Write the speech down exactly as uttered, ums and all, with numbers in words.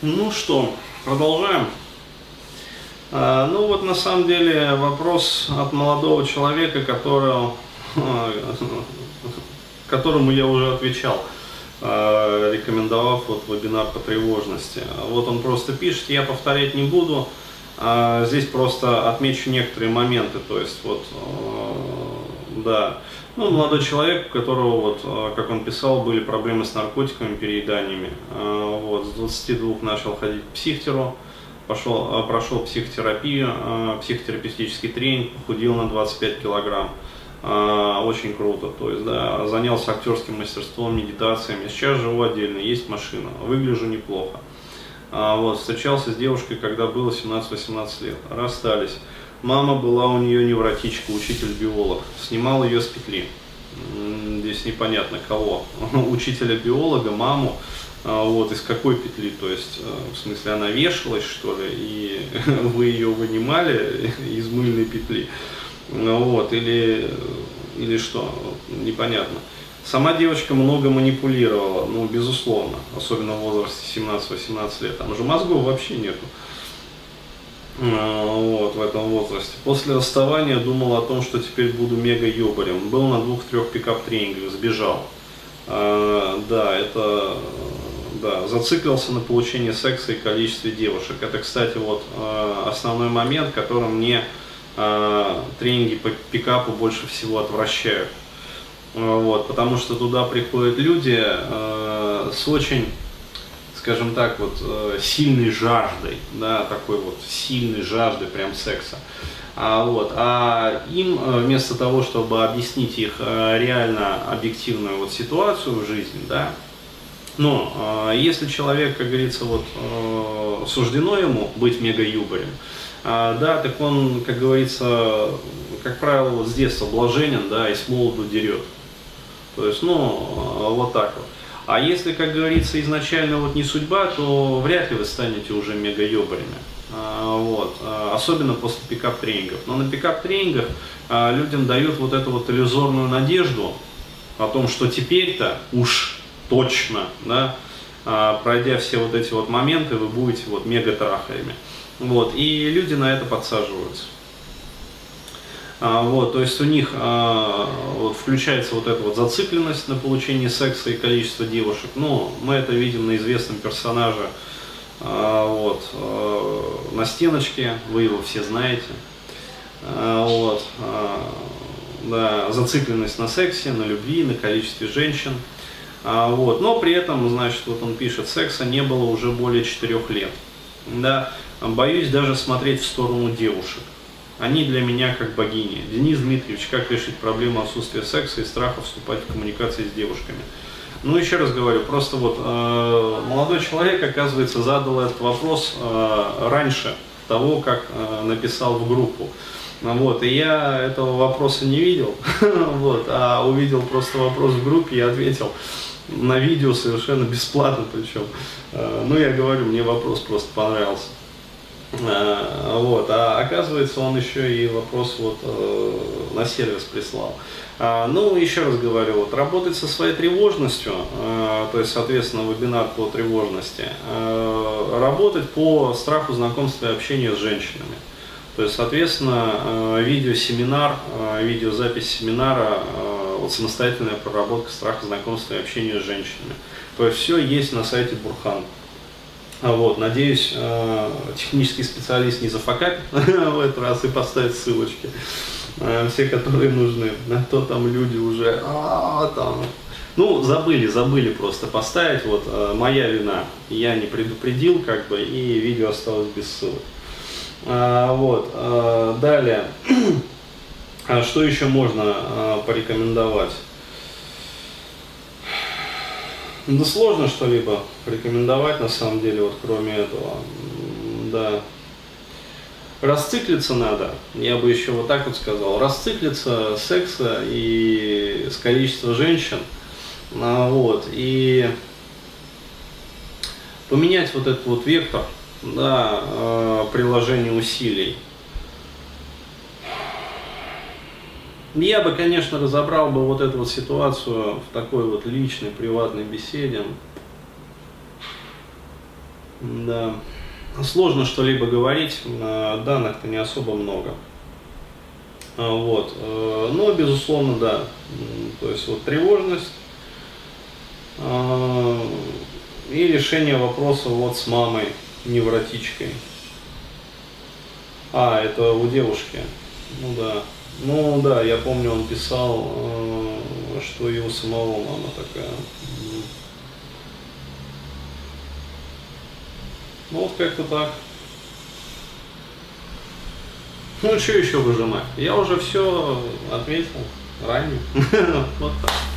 Ну что, продолжаем. А, ну вот на самом деле вопрос от молодого человека, которого, которому я уже отвечал, рекомендовав вот вебинар по тревожности. Вот он просто пишет, я повторять не буду, здесь просто отмечу некоторые моменты, то есть вот, да, ну, молодой человек, у которого, вот, как он писал, были проблемы с наркотиками, перееданиями, вот, с двадцати двух начал ходить к психиатру, пошел, прошел психотерапию, психотерапевтический тренинг, похудел на двадцать пять килограмм. Очень круто, то есть, да, занялся актерским мастерством, медитациями, сейчас живу отдельно, есть машина, выгляжу неплохо. Вот, встречался с девушкой, когда было семнадцать-восемнадцать лет, расстались. Мама была у нее невротичка, учитель-биолог, снимал ее с петли. Здесь непонятно кого, учителя-биолога, маму, вот, из какой петли, то есть, в смысле, она вешалась, что ли, и вы ее вынимали из мыльной петли. Вот, или, или что, непонятно. Сама девочка много манипулировала, ну, безусловно, особенно в возрасте семнадцать-восемнадцать лет, там же мозгов вообще нету, вот, в этом возрасте. После расставания думал о том, что теперь буду мега-ёбарем, был на двух-трех пикап-тренингах, сбежал, а, да, это, да, зациклился на получении секса и количестве девушек. Это, кстати, вот основной момент, который мне тренинги по пикапу больше всего отвращают, вот, потому что туда приходят люди э, с очень, скажем так, вот, э, сильной жаждой, да, такой вот сильной жаждой прям секса, а, вот, а им вместо того, чтобы объяснить их э, реально объективную вот ситуацию в жизни, да, но э, если человек, как говорится, вот, э, суждено ему быть мега-юбарем, А, да, так он, как говорится, как правило, вот с детства блаженен, да, и с молоду дерет. То есть, ну, вот так вот. А если, как говорится, изначально вот не судьба, то вряд ли вы станете уже мега-ёбарями. А, вот, а, особенно после пикап-тренингов. Но на пикап-тренингах а, людям дают вот эту вот иллюзорную надежду о том, что теперь-то уж точно, да, а, пройдя все вот эти вот моменты, вы будете вот мега-трахарями. Вот, и люди на это подсаживаются. А, вот, то есть у них а, вот, включается вот эта вот зацикленность на получении секса и количество девушек. Ну, мы это видим на известном персонаже, а, вот, а, на стеночке, вы его все знаете. А, вот, а, да, зацикленность на сексе, на любви, на количестве женщин. А, вот, но при этом, значит, вот он пишет, секса не было уже более четырёх лет. Да, боюсь даже смотреть в сторону девушек. Они для меня как богини. Денис Дмитриевич, как решить проблему отсутствия секса и страха вступать в коммуникации с девушками? Ну, еще раз говорю, просто вот э, молодой человек, оказывается, задал этот вопрос э, раньше того, как э, написал в группу. Вот, и я этого вопроса не видел, вот, а увидел просто вопрос в группе и ответил на видео совершенно бесплатно, причем. Э, ну, я говорю, мне вопрос просто понравился. А, вот, а оказывается, он еще и вопрос вот, э, на сервис прислал. А, ну, еще раз говорю, вот, работать со своей тревожностью, э, то есть, соответственно, вебинар по тревожности, э, работать по страху знакомства и общения с женщинами. То есть, соответственно, э, видеосеминар, э, видеозапись семинара, э, вот, самостоятельная проработка страха знакомства и общения с женщинами. То есть, все есть на сайте Бурхан. Вот, надеюсь, технический специалист не зафакапит в этот раз и поставит ссылочки, все, которые нужны. А то там люди уже, а, там, ну, забыли, забыли просто поставить, вот, моя вина, я не предупредил, как бы, и видео осталось без ссылок. А, вот, а, далее, а что еще можно а, порекомендовать? Да сложно что-либо порекомендовать, на самом деле, вот кроме этого, да. Расциклиться надо, я бы еще вот так вот сказал, расциклиться с секса и с количества женщин, вот, и поменять вот этот вот вектор, да, приложения усилий. Я бы, конечно, разобрал бы вот эту вот ситуацию в такой вот личной, приватной беседе. Да. Сложно что-либо говорить, данных-то не особо много. Вот. Но, безусловно, да. То есть вот тревожность и решение вопроса вот с мамой, невротичкой. А, это у девушки. Ну да. Ну да, я помню, он писал, что и у самого мама такая. Ну вот как-то так. Ну что еще выжимать? Я уже все ответил ранее. Вот так.